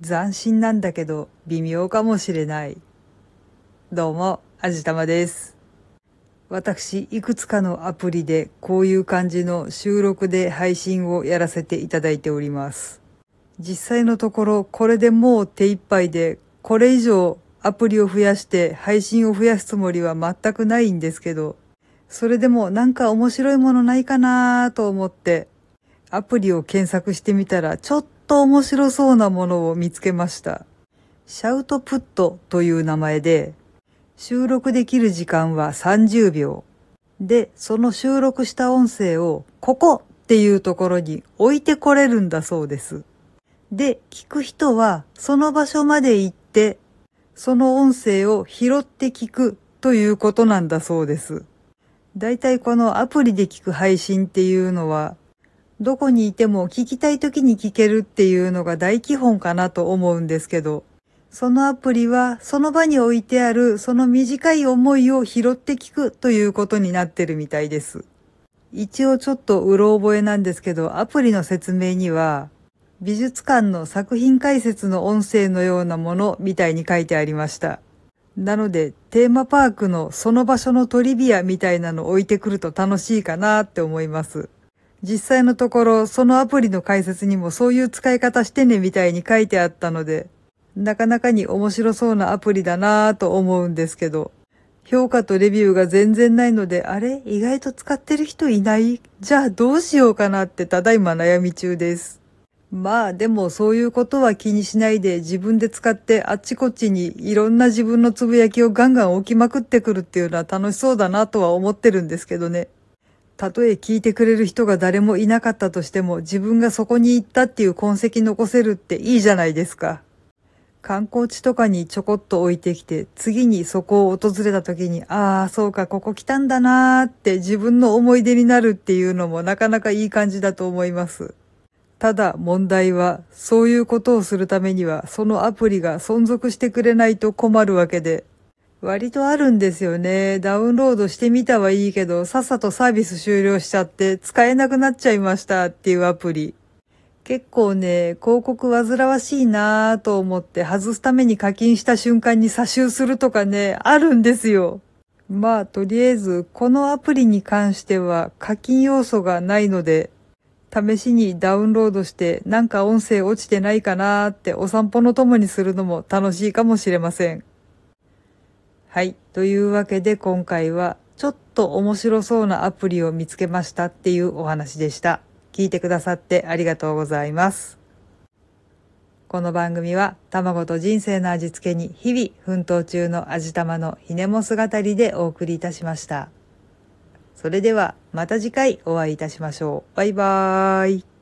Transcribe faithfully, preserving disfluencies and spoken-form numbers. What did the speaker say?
斬新なんだけど微妙かもしれない。どうも、あじたまです。私、いくつかのアプリでこういう感じの収録で配信をやらせていただいております。実際のところ、これでもう手一杯で、これ以上アプリを増やして配信を増やすつもりは全くないんですけど、それでもなんか面白いものないかなと思って、アプリを検索してみたらちょっと面白そうなものを見つけました。シャウトプットという名前で、収録できる時間はさんじゅうびょう。で、その収録した音声をここっていうところに置いてこれるんだそうです。で、聞く人はその場所まで行って、その音声を拾って聞くということなんだそうです。だいたいこのアプリで聞く配信っていうのは、どこにいても聞きたい時に聞けるっていうのが大基本かなと思うんですけど、そのアプリはその場に置いてあるその短い思いを拾って聞くということになってるみたいです。一応ちょっとうろ覚えなんですけど、アプリの説明には、美術館の作品解説の音声のようなものみたいに書いてありました。なので、テーマパークのその場所のトリビアみたいなの置いてくると楽しいかなって思います。実際のところ、そのアプリの解説にもそういう使い方してねみたいに書いてあったので、なかなかに面白そうなアプリだなぁと思うんですけど、評価とレビューが全然ないので、あれ意外と使ってる人いない？じゃあどうしようかなってただいま悩み中です。まあでもそういうことは気にしないで自分で使ってあっちこっちにいろんな自分のつぶやきをガンガン置きまくってくるっていうのは楽しそうだなとは思ってるんですけどね。たとえ聞いてくれる人が誰もいなかったとしても自分がそこに行ったっていう痕跡残せるっていいじゃないですか。観光地とかにちょこっと置いてきて次にそこを訪れた時にああそうかここ来たんだなーって自分の思い出になるっていうのもなかなかいい感じだと思います。ただ問題はそういうことをするためにはそのアプリが存続してくれないと困るわけで、割とあるんですよね。ダウンロードしてみたはいいけど、さっさとサービス終了しちゃって使えなくなっちゃいましたっていうアプリ。結構ね、広告煩わしいなぁと思って外すために課金した瞬間に詐集するとかね、あるんですよ。まあ、とりあえず、このアプリに関しては課金要素がないので、試しにダウンロードしてなんか音声落ちてないかなーってお散歩の友にするのも楽しいかもしれません。はい。というわけで今回はちょっと面白そうなアプリを見つけましたっていうお話でした。聞いてくださってありがとうございます。この番組は卵と人生の味付けに日々奮闘中の味玉のひねも姿りでお送りいたしました。それではまた次回お会いいたしましょう。バイバーイ。